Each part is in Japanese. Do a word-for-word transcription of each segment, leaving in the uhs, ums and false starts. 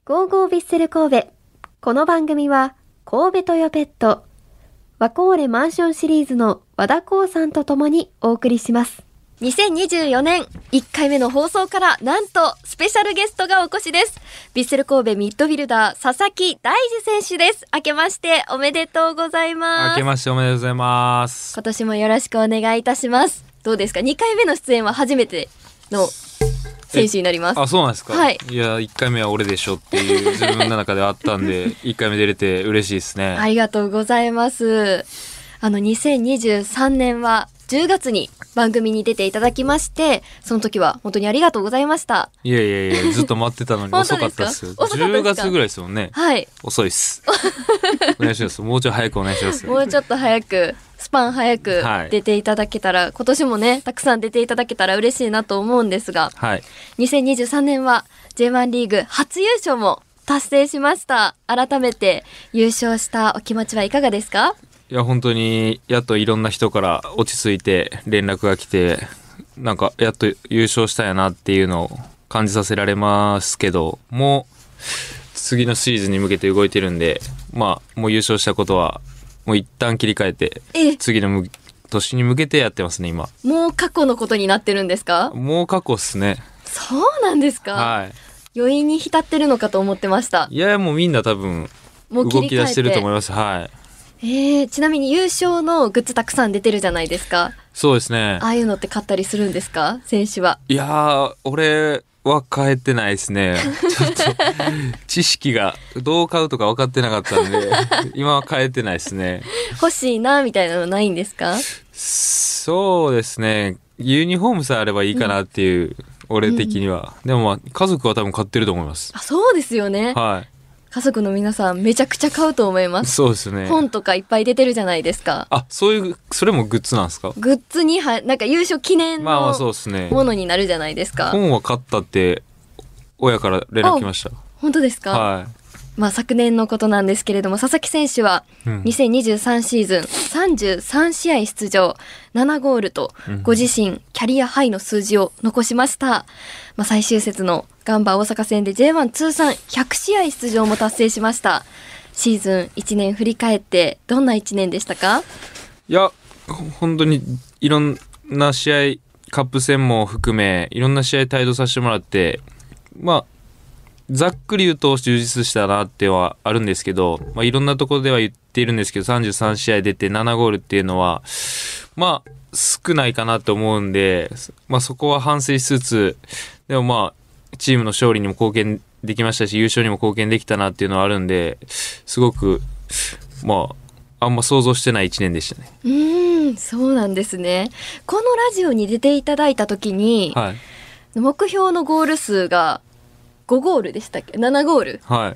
ゴーゴービッセル神戸。この番組は神戸トヨペット、ワコーレマンションシリーズの和田光さんと共にお送りします。にせんにじゅうよねんいっかいめの放送からなんとスペシャルゲストがお越しです。ビッセル神戸ミッドフィルダー佐々木大二選手です。明けましておめでとうございます。 明けましておめでとうございます。 今年もよろしくお願いいたします。どうですか、にかいめの出演は初めての選手になります。 あ、そうなんですか。 はい。 いや、いっかいめは俺でしょっていう自分の中ではあったんでいっかいめ出れて嬉しいですね。 ありがとうございます。あのにせんにじゅうさんねんはじゅうがつに番組に出ていただきまして、その時は本当にありがとうございました。 いやいやいや、ずっと待ってたのに遅かったですよ。 本当ですか？遅かったですか？ じゅうがつぐらいですもんね。 はい。 遅いっす。お願いします。もうちょい早くお願いします。 もうちょっと早く、スパン早くはい出ていただけたら、今年もねたくさん出ていただけたら嬉しいなと思うんですが、 はい。 にせんにじゅうさんねんは ジェイワン リーグ初優勝も達成しました。改めて優勝したお気持ちはいかがですか？ いや、本当にやっといろんな人から落ち着いて連絡が来て、なんかやっと優勝したんやなっていうのを感じさせられますけど、もう次のシーズンに向けて動いてるんで、まあもう優勝したことはもう一旦切り替えて、 え次のむ年に向けてやってますね今。 もう過去のことになってるんですか？ もう過去っすね。 そうなんですか？ はい。 余韻に浸ってるのかと思ってました。 いや、もうみんな多分もう切動り替えてき出してると思います。はい。 えー、ちなみに優勝のグッズたくさん出てるじゃないですか。 そうですね。 ああいうのって買ったりするんですか、選手は？ いやー、俺は買えてないですね。ちょっと知識がどう買うとか分かってなかったんで今は買えてないですね。 欲しいなみたいなのないんですか？ そうですね、ユニフォームさえあればいいかなっていう、うん、俺的には、うん、でもまあ家族は多分買ってると思います。 あ、そうですよね。 はい。 家族の皆さんめちゃくちゃ買うと思います。 そうですね。 本とかいっぱい出てるじゃないですか。 あ、そういう、それもグッズなんですか？ グッズにはなんか優勝記念まあまあそうのですね。 ものになるじゃないですか。 本は買ったって親から連絡来ました。 本当ですか？ はい。 まあ昨年のことなんですけれども、佐々木選手はにせんにじゅうさんシーズンさんじゅうさんしあい出場、ななゴールとご自身キャリアハイの数字を残しました。まあ、最終節のガンバ大阪戦で ジェイワン 通算ひゃくしあい出場も達成しました。シーズンいちねん振り返ってどんないちねんでしたか？ いや、本当にいろんな試合、カップ戦も含めいろんな試合帯同させてもらって、まあざっくり言うと充実したなってはあるんですけど、まあ、いろんなところでは言っているんですけど、さんじゅうさんしあい出てななゴールっていうのはまあ少ないかなと思うんで、まあ、そこは反省しつつ、でもまあチームの勝利にも貢献できましたし、優勝にも貢献できたなっていうのはあるんで、すごくまああんま想像してないいちねんでしたね。 うーん、そうなんですね。このラジオに出ていただいた時に、 はい、 目標のゴール数がごゴールでしたっけ？ななゴール、 はい、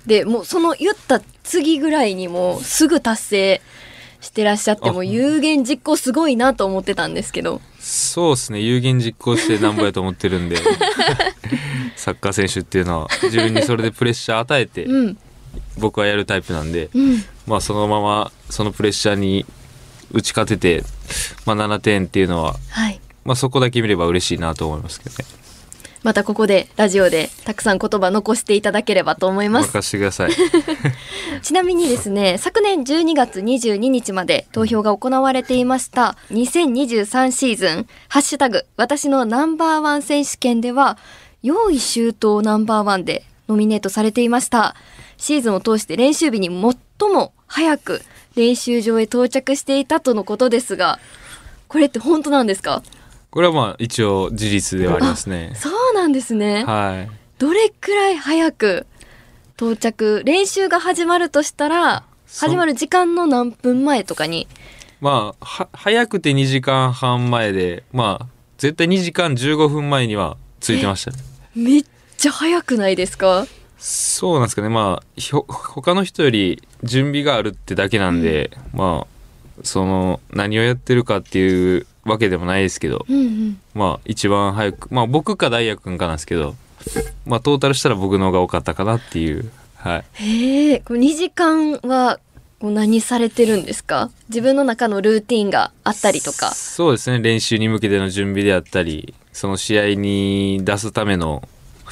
でもうその言った次ぐらいにもうすぐ達成してらっしゃって、もう有言実行すごいなと思ってたんですけど。 そうですね、有言実行してなんぼやと思ってるんでサッカー選手っていうのは自分にそれでプレッシャー与えて、うん、僕はやるタイプなんで、うん、まあそのままそのプレッシャーに打ち勝てて、まあ、ななてんっていうのは、はい、まあ、そこだけ見れば嬉しいなと思いますけどね。 またここでラジオでたくさん言葉残していただければと思います。 任せてくださいちなみにですね、昨年じゅうにがつにじゅうににちまで投票が行われていましたにせんにじゅうさんシーズンハッシュタグ私のナンバーワン選手権では用意周到ナンバーワンでノミネートされていました。シーズンを通して練習日に最も早く練習場へ到着していたとのことですが、これって本当なんですか？ これはまあ一応事実ではありますね。 そうなんですね。 はい。 どれくらい早く到着、練習が始まるとしたら始まる時間の何分前とかに？ まあは早くてにじかんはんまえで、まあ絶対にじかんじゅうごふんまえには着いてました。 めっちゃ早くないですか？ そうなんですかね。まあひょ他の人より準備があるってだけなんで、うん、まあその何をやってるかっていうわけでもないですけど、うんうん、まあ一番早く、まあ僕か大也君かなんですけど、まあトータルしたら僕の方が多かったかなっていう。はい。 へえ、これにじかんは何されてるんですか？自分の中のルーティンがあったりとか。 そうですね、練習に向けての準備であったり、その試合に出すための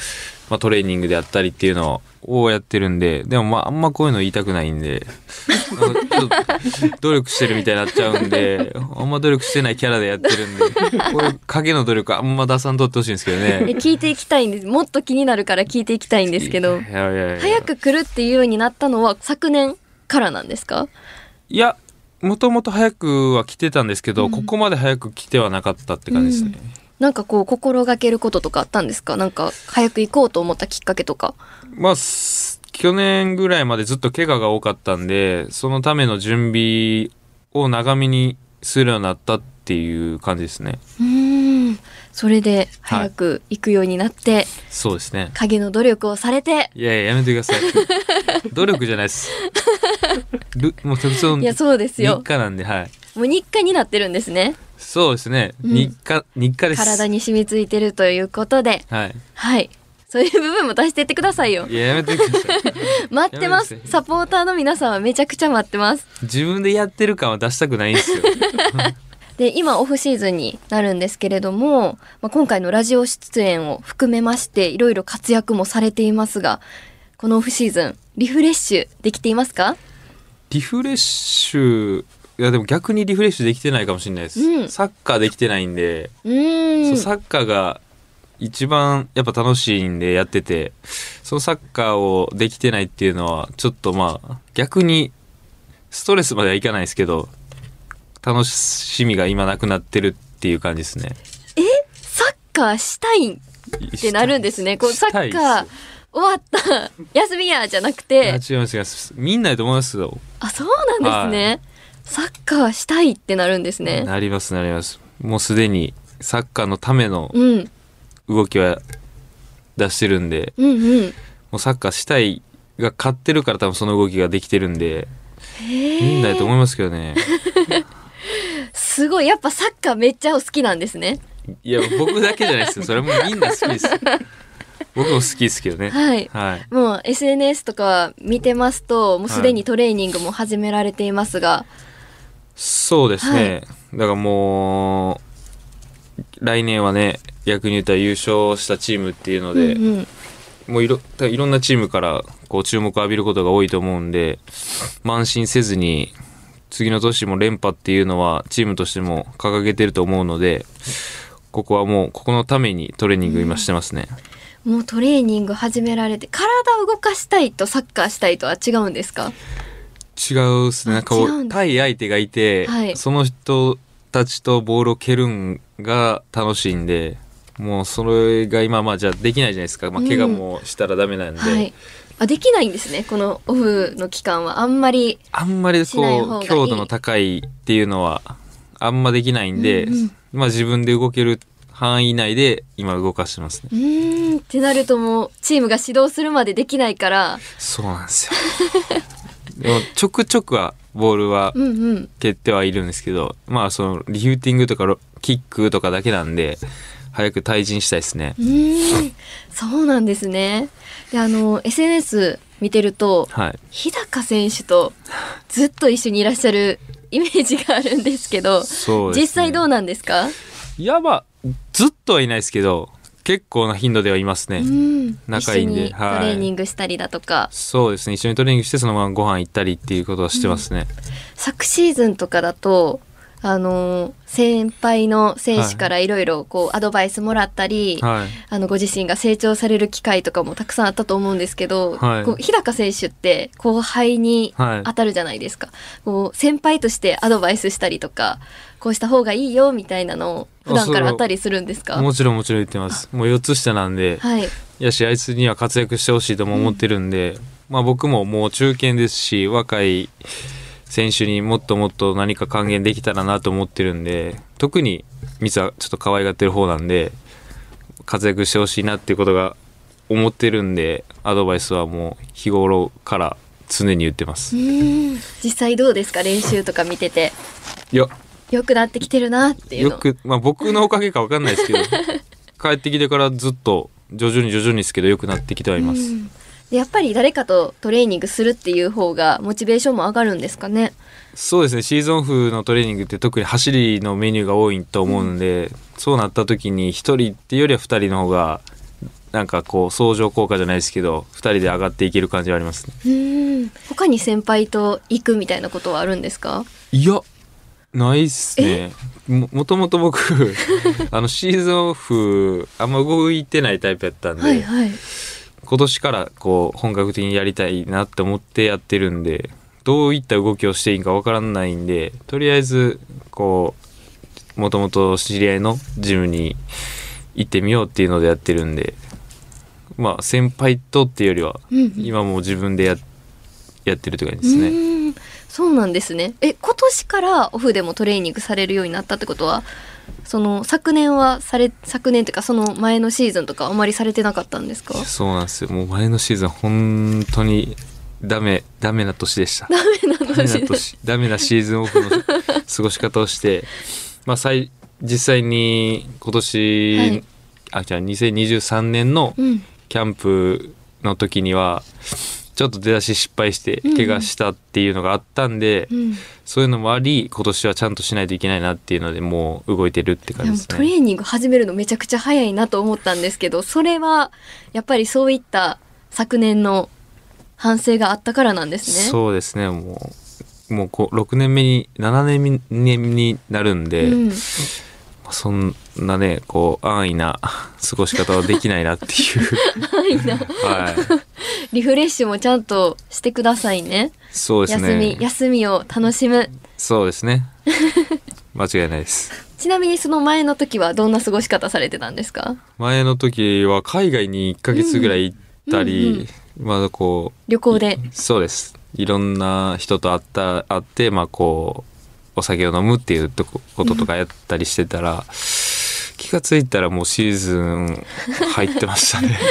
まあ、トレーニングであったりっていうのをやってるんで、でもまああんまこういうの言いたくないんであのちょっと努力してるみたいになっちゃうんで、あんま努力してないキャラでやってるんで、こういう影の努力あんま出さんとってほしいんですけどね。 え聞いていきたいんです。もっと気になるから聞いていきたいんですけど、 いやいやいや早く来るっていうようになったのは昨年からなんですか？ いや、もともと早くは来てたんですけど、うん、ここまで早く来てはなかったって感じですね。うん、 なんかこう心がけることとかあったんですか？なんか早く行こうと思ったきっかけとか。 まあ去年ぐらいまでずっと怪我が多かったんで、そのための準備を長めにするようになったっていう感じですね。 うーん、それで早く行くようになって、はい、 そうですね。 影の努力をされて。 いやいや、やめてください。努力じゃないです。もう特徴の日課なんで、はい。 もう日課になってるんですね。 そうですね。日課、うん、日課です。 体に染みついてるということで、 はい。 はい。そういう部分も出していってくださいよ。 いや、やめてください。 待ってます。サポーターの皆さんはめちゃくちゃ待ってます。 自分でやってる感は出したくないんですよ。 で、今オフシーズンになるんですけれども、まあ、今回のラジオ出演を含めましていろいろ活躍もされていますが、このオフシーズンリフレッシュできていますか？ リフレッシュ、いやでも逆にリフレッシュできてないかもしれないです。うん、サッカーできてないんで、 うーん、 そうサッカーが一番やっぱ楽しいんでやってて、そのサッカーをできてないっていうのはちょっとまあ逆にストレスまではいかないですけど、楽しみが今なくなってるっていう感じですね。 え、サッカーしたいってなるんですね。こうサッカー終わった休みやじゃなくて。 違います違います。みんなやと思いますよ。 あ、そうなんですね。はい、サッカーしたいってなるんですね。 なりますなります。もうすでにサッカーのための、うん動きは出してるんで、 うんうん、 もうサッカーしたいが勝ってるから多分その動きができてるんで、みんなやと思いますけどね。 すごい、やっぱサッカーめっちゃお好きなんですね。 いや僕だけじゃないですよ。それもみんな好きです。僕も好きですけどね。 はい。はい、もう エスエヌエス とか見てますと、もうすでにトレーニングも始められていますが。はい、 そうですね。はい、だからもう来年はね。逆に言ったら優勝したチームっていうので、うんうん、もういろ、いろんなチームからこう注目を浴びることが多いと思うんで、慢心せずに次の年も連覇っていうのはチームとしても掲げてると思うので、ここはもうここのためにトレーニング今してますね。 うん、もうトレーニング始められて、体を動かしたいとサッカーしたいとは違うんですか？ 違うですね。なんか対相手がいて、はい、その人たちとボールを蹴るんが楽しいんで、もうそれが今まあじゃあできないじゃないですか、まあ、怪我もしたらダメなんで、うんはい、 あできないんですね。このオフの期間はあんまりあんまりこう強度の高いっていうのはあんまできないんで、うんうん、まあ自分で動ける範囲内で今動かしてますね。 うーんってなるともうチームが指導するまでできないから。 そうなんですよ。でもちょくちょくはボールは蹴ってはいるんですけど、うんうん、まあそのリフティングとかキックとかだけなんで早く退陣したいですね。 うーん、そうなんですね。で、あの エスエヌエス 見てると、はい、日高選手とずっと一緒にいらっしゃるイメージがあるんですけど、そうですね、実際どうなんですか？ いやまあずっとはいないですけど結構な頻度ではいますね。うん、仲いいんで、 一緒にトレーニングしたりだとか、はい、 そうですね、一緒にトレーニングしてそのままご飯行ったりっていうことはしてますね。うん、 昨シーズンとかだとあの先輩の選手からいろいろこうアドバイスもらったり、はい、あのご自身が成長される機会とかもたくさんあったと思うんですけど、はい、こう日高選手って後輩に当たるじゃないですか、はい、こう先輩としてアドバイスしたりとかこうした方がいいよみたいなのを普段からあったりするんですか？ もちろんもちろん言ってます。もうよっつ下なんで、はい、いやしあいつには活躍してほしいとも思ってるんで、うん、まあ、僕ももう中堅ですし若い選手にもっともっと何か還元できたらなと思ってるんで、特にミツはちょっと可愛がってる方なんで活躍してほしいなっていうことが思ってるんで、アドバイスはもう日頃から常に言ってます。 うーん、実際どうですか？練習とか見てて。 いや良くなってきてるなっていうの。 よく、まあ、僕のおかげか分かんないですけど帰ってきてからずっと徐々に徐々にですけど良くなってきてはいます。うん、 でやっぱり誰かとトレーニングするっていう方がモチベーションも上がるんですかね？ そうですね、シーズンオフのトレーニングって特に走りのメニューが多いと思うので、うん、そうなった時にひとりっていうよりはふたりの方がなんかこう相乗効果じゃないですけどふたりで上がっていける感じはありますね。 うーん他に先輩と行くみたいなことはあるんですか？ いやないっすね。も, もともと僕あのシーズンオフあんま動いてないタイプやったんで、 はいはい。 今年からこう本格的にやりたいなって思ってやってるんでどういった動きをしていいかわからないんでとりあえずこうもともと知り合いのジムに行ってみようっていうのでやってるんでまあ先輩とっていうよりはうんうん、 今もう自分でややってるという感じですね。 うーんそうなんですね。え今年からオフでもトレーニングされるようになったってことはその昨年はされ昨年というかその前のシーズンとかあまりされてなかったんですか？ そうなんですよ。もう前のシーズン本当にダメダメな年でした。 ダメなダメ年でな年ダメなシーズンオフの過ごし方をしてまあ最実際に今年、 はい、 あじゃあにせんにじゅうさんねんのうんキャンプの時にはちょっと出だし失敗して怪我したっていうのがあったんで、 うん、 そういうのもあり今年はちゃんとしないといけないなっていうのでもう動いてるって感じですトレね。 ーニング始めるのめちゃくちゃ早いなと思ったんですけどそれはやっぱりそういった昨年の反省があったからなんですね。 そうですね。もうもうこうろくねんめにななねんめになるんで、 うん、 そんなねこう安易な過ごし方はできないなっていういいなはいリフレッシュもちゃんとしてくださいね。 そうですね。 休み休みを楽しむ。 そうですね間違いないです。 ちなみにその前の時はどんな過ごし方されてたんですか？ 前の時は海外にいっかげつぐらい行ったり、 うんうんまだこう旅行で。 そうですいろんな人と会った会ってまあこうお酒を飲むっていうとここととかやったりしてたら、うん、気がついたらもうシーズン入ってましたね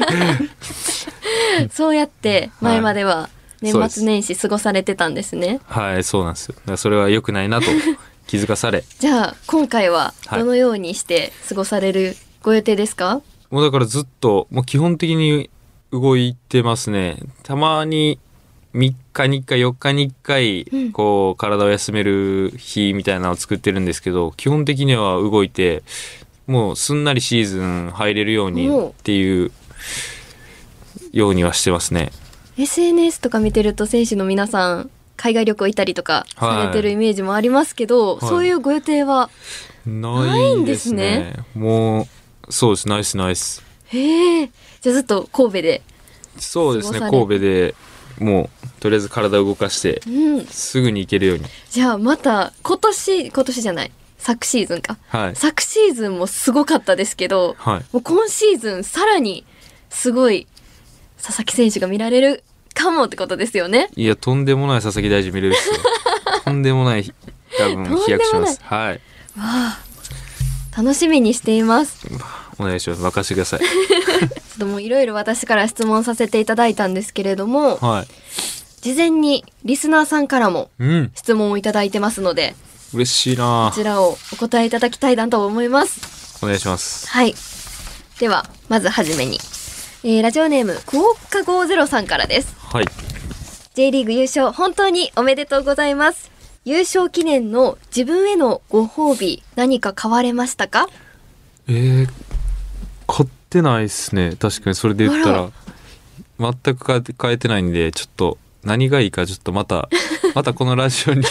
そうやって前までは年末年始過ごされてたんですね。 はい、はい、そうなんですよ。だからそれは良くないなと気づかされじゃあ今回はどのようにして過ごされるご予定ですか？はい、 もうだからずっともう基本的に動いてますね。たまにみっかにいっかいよっかにいっかいこう体を休める日みたいなのを作ってるんですけど基本的には動いてもうすんなりシーズン入れるようにっていうようにはしてますね。 エスエヌエス とか見てると選手の皆さん海外旅行行ったりとかされてるイメージもありますけど、はい、そういうご予定はないんですね。 ないですね。もうそうですナイスナイス。 へえ。じゃあずっと神戸で。 そうですね神戸でもうとりあえず体を動かして、うん、すぐに行けるように。 じゃあまた今年今年じゃない昨シーズンか、はい、昨シーズンもすごかったですけど、はい、もう今シーズンさらにすごい佐々木選手が見られるかもってことですよね。 いやとんでもない佐々木大臣見れるっすよとんでもない多分飛躍します。はい。わあ楽しみにしています。 お願いします。任せてくださいちょっともういろいろ私から質問させていただいたんですけれども、はい、事前にリスナーさんからも質問をいただいてますので、 うん、嬉しいな。 こちらをお答えいただきたいなと思います。 お願いします。 はい。ではまずはじめに、えー、ラジオネームクオッカごじゅうさんからです。 はい。 J リーグ優勝本当におめでとうございます。優勝記念の自分へのご褒美何か買われましたか？ えー、買ってないですね。確かにそれで言ったら全く変えて、変えてないんでちょっと何がいいかちょっとまたまたこのラジオに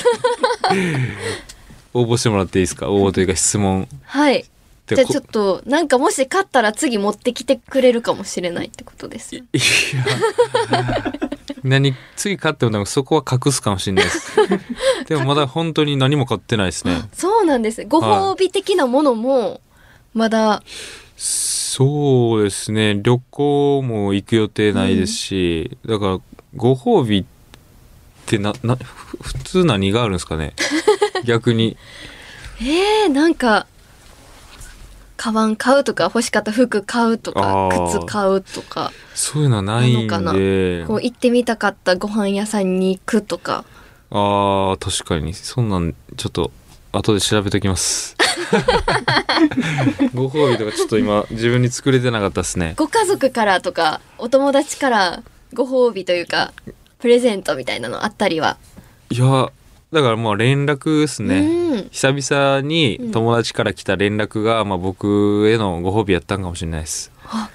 応募してもらっていいですか？応募というか質問。 はい。じゃあちょっとなんかもし勝ったら次持ってきてくれるかもしれないってことですよ。いや何次勝ってもそこは隠すかもしれないですでもまだ本当に何も買ってないですね。 そうなんです。ご褒美的なものもまだ、はい、 そうですね旅行も行く予定ないですし、うん、だからご褒美ってなな普通何があるんですかね逆にえー、なんかカバン買うとか欲しかった服買うとか靴買うとかそういうのはないんでなのかな。こう行ってみたかったご飯屋さんに行くとか。 あー確かにそんなんちょっと後で調べときますご褒美とかちょっと今自分に作れてなかったですね。 ご家族からとかお友達からご褒美というかプレゼントみたいなのあったりは。 いやだからもう連絡ですね、うん、久々に友達から来た連絡が、まあ、僕へのご褒美やったんかもしれないです。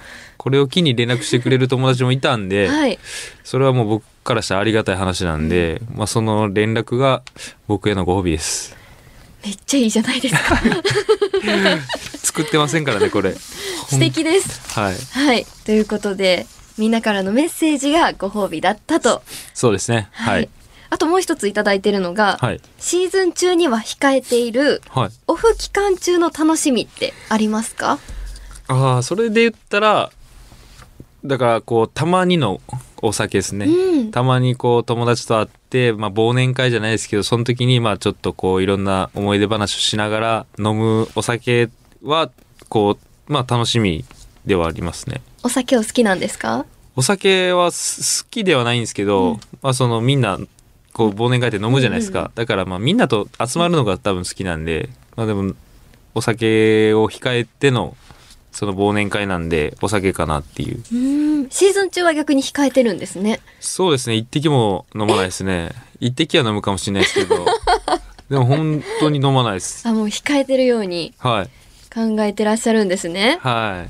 これを機に連絡してくれる友達もいたんで、 はい、 それはもう僕からしたらありがたい話なんで、まあ、その連絡が僕へのご褒美です。 めっちゃいいじゃないですか作ってませんからねこれ。 素敵です。 はい、 はい、ということでみんなからのメッセージがご褒美だったと。 そうですね。はい、はい、 あともう一ついただいているのが、 はい、 シーズン中には控えているオフ期間中の楽しみってありますか？ ああ、それで言ったらだからこうたまにのお酒ですね、うん、たまにこう友達と会って、まあ、忘年会じゃないですけどその時にまあちょっとこういろんな思い出話をしながら飲むお酒はこうまあ楽しみではありますね。 お酒を好きなんですか？お酒は好きではないんですけど、うん、まあそのみんなこう忘年会って飲むじゃないですか、うんうん、だからまあみんなと集まるのが多分好きなんで、まあでもお酒を控えてのその忘年会なんでお酒かなっていう。 うーん、シーズン中は逆に控えてるんですね。 そうですね、一滴も飲まないですね。一滴は飲むかもしれないですけどでも本当に飲まないです。 あ、もう控えてるように考えてらっしゃるんですね。 はい。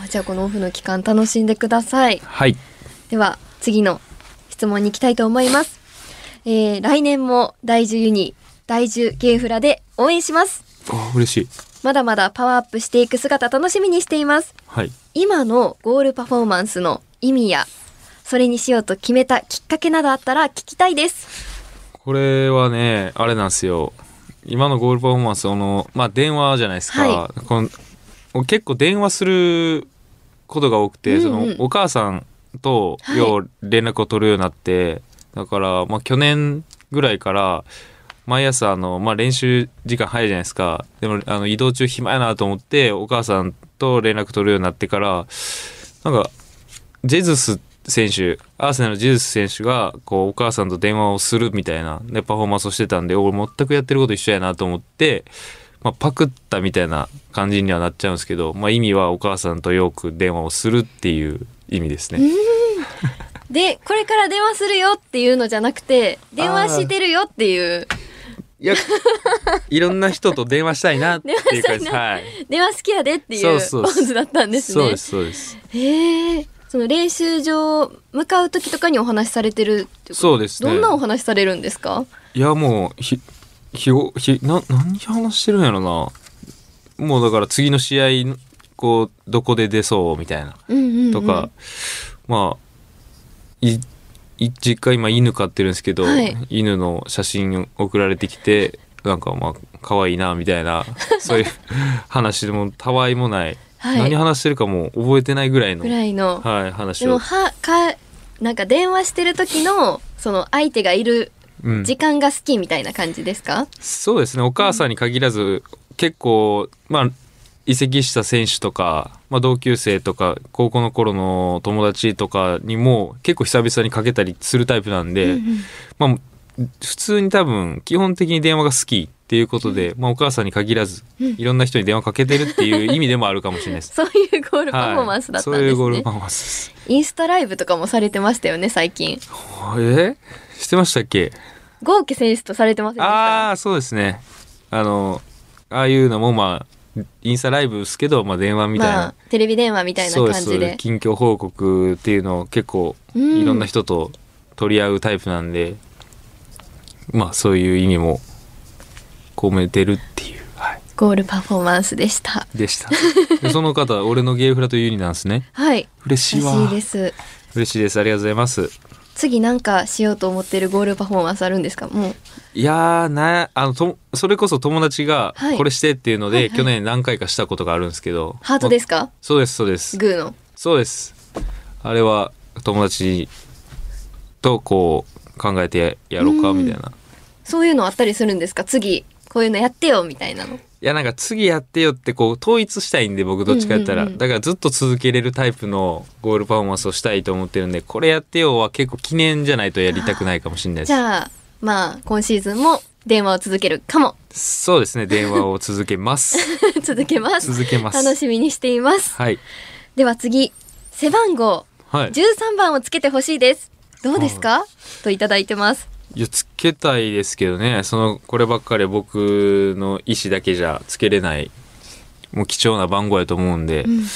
お、じゃあこのオフの期間楽しんでください。 はい。 では次の質問に行きたいと思います。えー、来年も大樹ユニ大樹ゲーフラで応援します。 あ、嬉しい。 まだまだパワーアップしていく姿楽しみにしています。 はい、 今のゴールパフォーマンスの意味やそれにしようと決めたきっかけなどあったら聞きたいです。 これはねあれなんですよ。今のゴールパフォーマンスの、まあ、電話じゃないですか、はい、この結構電話することが多くて、うんうん、そのお母さんとよう連絡を取るようになって、はい、だから、まあ、去年ぐらいから毎朝あの、まあ、練習時間早いじゃないですか。でもあの移動中暇やなと思ってお母さんと連絡取るようになってからなんかジェズス選手アーセナルのジェズス選手がこうお母さんと電話をするみたいな、ね、パフォーマンスをしてたんで俺全くやってること一緒やなと思って、まあ、パクったみたいな感じにはなっちゃうんですけど、まあ、意味はお母さんとよく電話をするっていう意味ですね。 でこれから電話するよっていうのじゃなくて電話してるよっていう。 いやいろんな人と電話したいなっていう感じ、はい、 電話好きやでっていうポーズだったんですね。 そうですそうです。 へえ。その練習場向かう時とかにお話しされてるってこと。 そうですね。 どんなお話されるんですか？ いやもうひひひな何話してるんやろな。もうだから次の試合こうどこで出そうみたいな、うんうんうん、とかまあい実家今犬飼ってるんですけど、はい、犬の写真送られてきてなんかまあ可愛いなみたいなそういう話でもたわいもない、はい、何話してるかも覚えてないぐらいのぐらいの、 はい、話を。 でもはかなんか電話してる時のその相手がいる時間が好きみたいな感じですか？うん、 そうですね。お母さんに限らず、うん、結構まあ移籍した選手とか、まあ、同級生とか高校の頃の友達とかにも結構久々にかけたりするタイプなんで、うんうん、まあ、普通に多分基本的に電話が好きっていうことで、うん、まあ、お母さんに限らず、うん、いろんな人に電話かけてるっていう意味でもあるかもしれないですそういうゴールパフォーマンスだったんですね。はい、そういうゴールパフォーマンスです。インスタライブとかもされてましたよね最近。 えしてましたっけ？ 豪輝選手とされてませんでした？ ああ、そうですね。あのああいうのもまあインスタライブですけど、まあ、電話みたいな、まあ、 テレビ電話みたいな感じ で, そうです近況報告っていうのを結構いろんな人と取り合うタイプなんで、うん、まあそういう意味も込めてるっていう、はい、 ゴールパフォーマンスでしたでしたでその方俺のゲーフラというユニなんですね。 はい、 嬉しいわ。 嬉しいです。 嬉しいです。ありがとうございます。 次なんかしようと思ってるゴールパフォーマンスあるんですか？もういやーなあのとそれこそ友達がこれしてっていうので、はいはいはい、去年何回かしたことがあるんですけど。 ハートですか？ま、 そうですそうです。 グーの。 そうです。あれは友達とこう考えて や, やろうかみたいな。 そういうのあったりするんですか？次こういうのやってよみたいなの。 いやなんか次やってよってこう統一したいんで僕どっちかやったら、うんうんうん、だからずっと続けれるタイプのゴールパフォーマンスをしたいと思ってるんでこれやってよは結構記念じゃないとやりたくないかもしれないです。 じゃあまあ今シーズンも電話を続けるかも。 そうですね、電話を続けます続けます続けます楽しみにしています。 はい。 では次背番号、はい、じゅうさんばんをつけてほしいです。どうですか、はい、といただいてます。 いやつけたいですけどね、そのこればっかり僕の意思だけじゃつけれないもう貴重な番号やと思うんで、うん、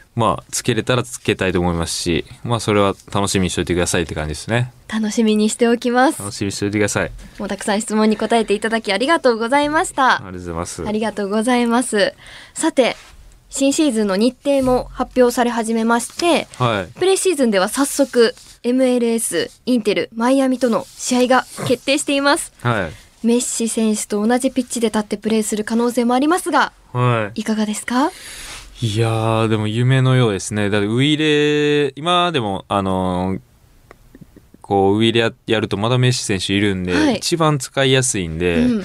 まあつけれたらつけたいと思いますし、まあそれは楽しみにしておいてくださいって感じですね。 楽しみにしておきます。 楽しみにしておいてください。 もうたくさん質問に答えていただきありがとうございました。 ありがとうございます。 ありがとうございます。さて、新シーズンの日程も発表され始めまして、 はい、 プレシーズンでは早速 エムエルエス インテルマイアミとの試合が決定しています。 はい、 メッシ選手と同じピッチで立ってプレーする可能性もありますが、 はい、 いかがですか？ いやーでも夢のようですね。だってウイイレ今でもあのー、こうウイイレ や, やるとまだメッシ選手いるんで、はい、一番使いやすいんで、うん、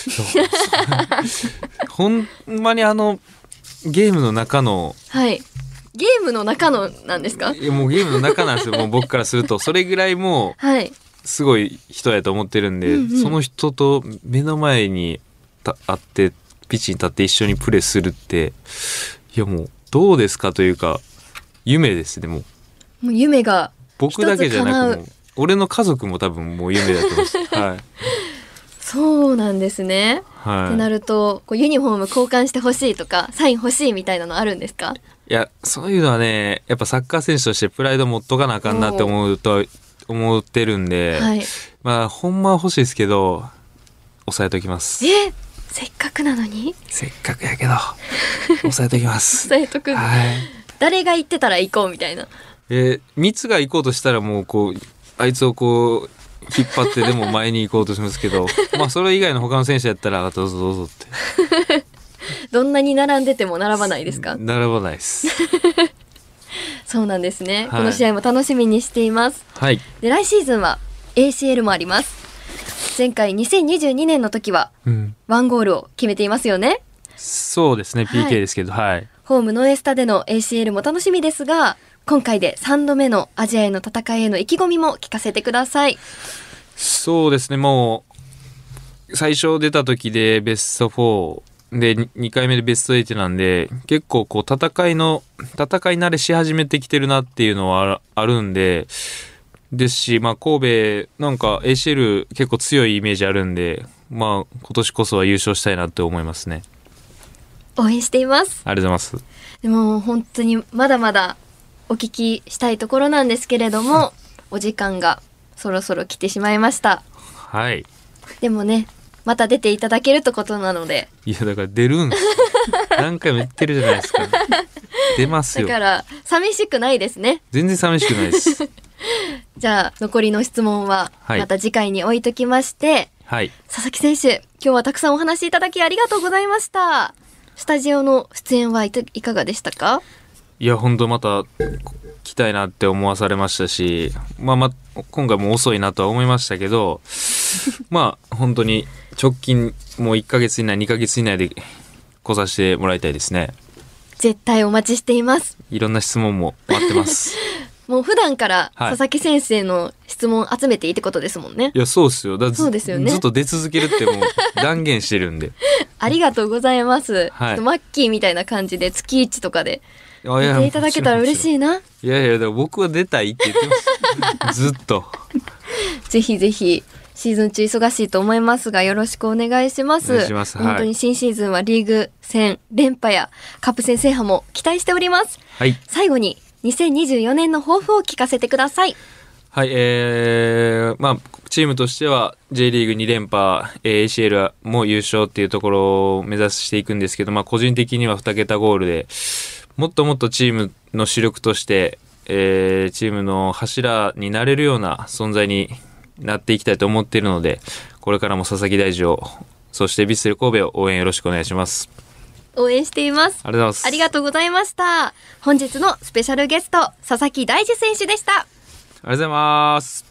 ほんまにあのゲームの中の、 はい、ゲームの中のなんですか？ いやもうゲームの中なんですよ。もう僕からするとそれぐらいもう、はい、すごい人やと思ってるんで、うんうん、その人と目の前にた会ってピッチに立って一緒にプレーするって、いやもうどうですかというか夢ですね。もうもう夢が僕だけじゃなくもう俺の家族も多分もう夢だと思います。はい、 そうなんですね。はい、ってなるとこうユニフォーム交換してほしいとかサイン欲しいみたいなのあるんですか？ いやそういうのはねやっぱサッカー選手としてプライド持っとかなあかんなって思うと思ってるんで、はい、まあほんまは欲しいですけど抑えときます。 えせっかくなのにせっかくやけど抑えときます抑えとく、はい、誰が言ってたら行こうみたいな。 えー、ミツが行こうとしたらもうこうあいつをこう引っ張ってでも前に行こうとしますけどまあそれ以外の他の選手やったらどうぞどうぞってどんなに並んでても並ばないですか？ 並ばないですそうなんですね、はい、この試合も楽しみにしています、はい、で来シーズンは エーシーエル もあります。前回にせんにじゅうにねんの時はワンゴールを決めていますよね、うん、 そうですね ピーケー ですけど、はいはい、 ホームノエスタでの エーシーエル も楽しみですが今回でさんどめのアジアへの戦いへの意気込みも聞かせてください。 そうですねもう最初出た時でベストフォーでにかいめでベストエイトなんで結構こう戦いの戦い慣れし始めてきてるなっていうのはあるんでですし、まあ、神戸なんか エーシーエル 結構強いイメージあるんで、まあ、今年こそは優勝したいなって思いますね。 応援しています。 ありがとうございます。 でも本当にまだまだお聞きしたいところなんですけれどもお時間がそろそろ来てしまいました。 はい。 でもねまた出ていただけるってことなので。 いやだから出るん何回も言ってるじゃないですか。出ますよ。 だから寂しくないですね。 全然寂しくないですじゃあ残りの質問はまた次回に置いときまして、はい、佐々木選手今日はたくさんお話しいただきありがとうございました。スタジオの出演はいかがでしたか？ いや本当また来たいなって思わされましたし、まあ、ま今回も遅いなとは思いましたけどまあ本当に直近もういっかげつ以内にかげつ以内で来させてもらいたいですね。 絶対お待ちしています。 いろんな質問も待ってますもう普段から佐々木先生の質問集めていいってことですもんね。 いやそうですよ。だそうですよね。 ずっと出続けるってもう断言してるんでありがとうございます、はい、ちょっとマッキーみたいな感じで月いちとかで出ていただけたら嬉しいな。いやいやでも僕は出たいって言ってますずっとぜひぜひシーズン中忙しいと思いますがよろしくお願いします。 お願いします。 本当に新シーズンはリーグ戦連覇やカップ戦制覇も期待しております、はい、最後ににせんにじゅうよねんの抱負を聞かせてください。 はい、えー、まあチームとしては J リーグに連覇 エーシーエル も優勝っていうところを目指していくんですけど、まあ個人的にはに桁ゴールでもっともっとチームの主力として、えー、チームの柱になれるような存在になっていきたいと思っているのでこれからも佐々木大二をそしてヴィッセル神戸を応援よろしくお願いします。 応援しています。 ありがとうございます。 ありがとうございました。本日のスペシャルゲスト佐々木大二選手でした。 ありがとうございます。